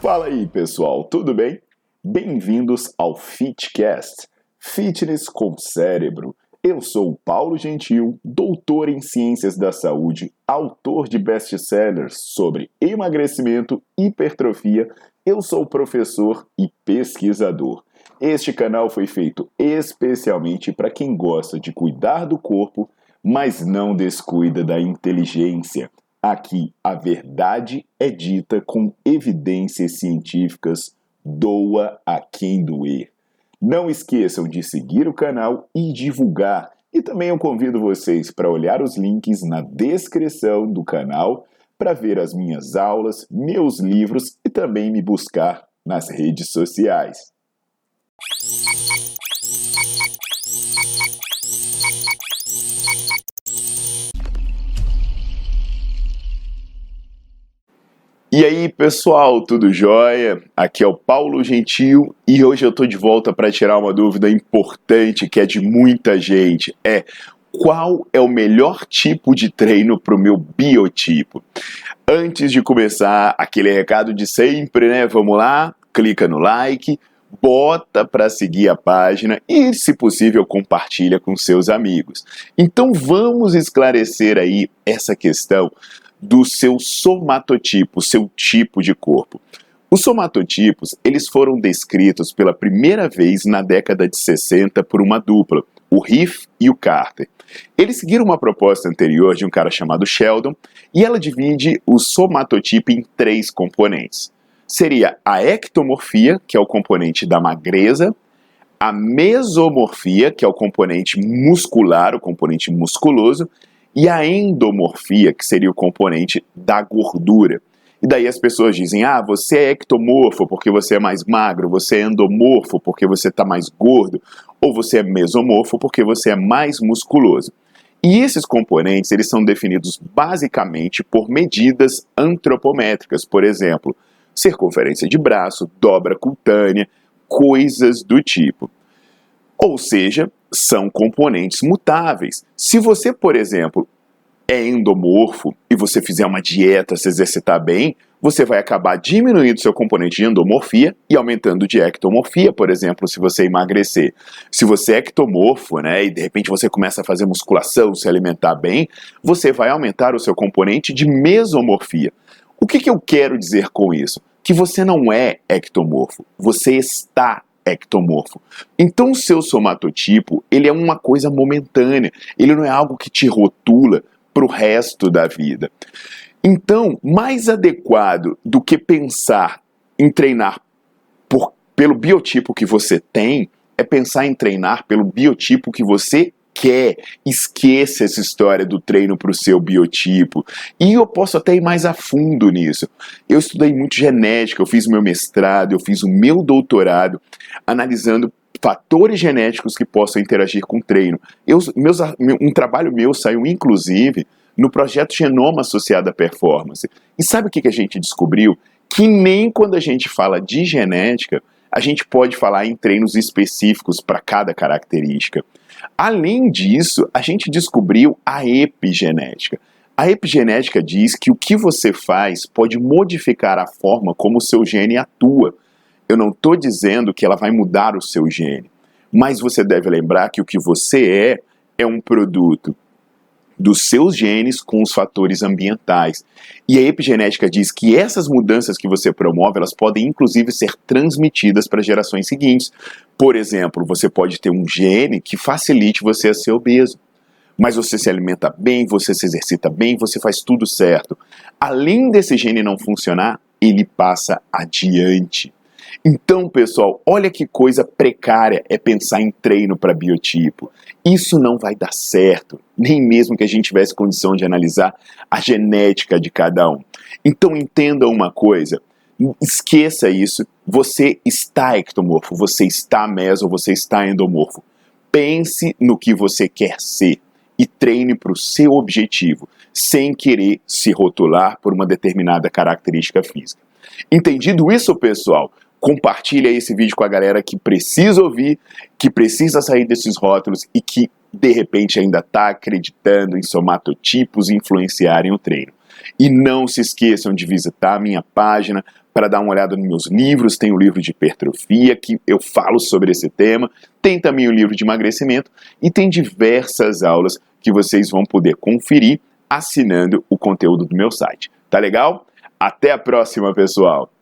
Fala aí, pessoal, tudo bem? Bem-vindos ao Fitcast, Fitness com Cérebro. Eu sou o Paulo Gentil, doutor em Ciências da Saúde, autor de best-sellers sobre emagrecimento, hipertrofia. Eu sou professor e pesquisador. Este canal foi feito especialmente para quem gosta de cuidar do corpo, mas não descuida da inteligência. Aqui, a verdade é dita com evidências científicas, doa a quem doer. Não esqueçam de seguir o canal e divulgar. E também eu convido vocês para olhar os links na descrição do canal para ver as minhas aulas, meus livros e também me buscar nas redes sociais. E aí, pessoal, tudo jóia? Aqui é o Paulo Gentil e hoje eu tô de volta para tirar uma dúvida importante que é de muita gente. Qual é o melhor tipo de treino para o meu biotipo? Antes de começar, aquele recado de sempre, né? Vamos lá, clica no like, bota para seguir a página e, se possível, compartilha com seus amigos. Então vamos esclarecer aí essa questão do seu somatotipo, seu tipo de corpo. Os somatotipos, eles foram descritos pela primeira vez na década de 60 por uma dupla, o Riff e o Carter. Eles seguiram uma proposta anterior de um cara chamado Sheldon e ela divide o somatotipo em 3 componentes. Seria a ectomorfia, que é o componente da magreza, a mesomorfia, que é o componente muscular, o componente musculoso, e a endomorfia, que seria o componente da gordura. E daí as pessoas dizem, você é ectomorfo porque você é mais magro, você é endomorfo porque você está mais gordo, ou você é mesomorfo porque você é mais musculoso. E esses componentes, eles são definidos basicamente por medidas antropométricas, por exemplo, circunferência de braço, dobra cutânea, coisas do tipo. Ou seja, são componentes mutáveis. Se você, por exemplo, é endomorfo e você fizer uma dieta, se exercitar bem, você vai acabar diminuindo seu componente de endomorfia e aumentando de ectomorfia, por exemplo, se você emagrecer. Se você é ectomorfo, e de repente você começa a fazer musculação, se alimentar bem, você vai aumentar o seu componente de mesomorfia. O que eu quero dizer com isso? Que você não é ectomorfo, você está ectomorfo. Então o seu somatotipo, ele é uma coisa momentânea, ele não é algo que te rotula para o resto da vida. Então, mais adequado do que pensar em treinar pelo biotipo que você tem, é pensar em treinar pelo biotipo que você quer. Esqueça essa história do treino para o seu biotipo. E eu posso até ir mais a fundo nisso. Eu estudei muito genética, eu fiz meu mestrado, eu fiz o meu doutorado, analisando fatores genéticos que possam interagir com o treino. Um trabalho meu saiu, inclusive, no projeto Genoma Associado à Performance. E sabe o que a gente descobriu? Que nem quando a gente fala de genética, a gente pode falar em treinos específicos para cada característica. Além disso, a gente descobriu a epigenética. A epigenética diz que o que você faz pode modificar a forma como o seu gene atua. Eu não estou dizendo que ela vai mudar o seu gene, mas você deve lembrar que o que você é um produto dos seus genes com os fatores ambientais. E a epigenética diz que essas mudanças que você promove, elas podem inclusive ser transmitidas para gerações seguintes. Por exemplo, você pode ter um gene que facilite você a ser obeso, mas você se alimenta bem, você se exercita bem, você faz tudo certo. Além desse gene não funcionar, ele passa adiante. Então, pessoal, olha que coisa precária é pensar em treino para biotipo. Isso não vai dar certo, nem mesmo que a gente tivesse condição de analisar a genética de cada um. Então, entenda uma coisa, esqueça isso, você está ectomorfo, você está meso, você está endomorfo. Pense no que você quer ser e treine para o seu objetivo, sem querer se rotular por uma determinada característica física. Entendido isso, pessoal? Compartilha esse vídeo com a galera que precisa ouvir, que precisa sair desses rótulos e que, de repente, ainda está acreditando em somatotipos influenciarem o treino. E não se esqueçam de visitar a minha página para dar uma olhada nos meus livros. Tem o livro de hipertrofia, que eu falo sobre esse tema. Tem também o livro de emagrecimento e tem diversas aulas que vocês vão poder conferir assinando o conteúdo do meu site. Tá legal? Até a próxima, pessoal!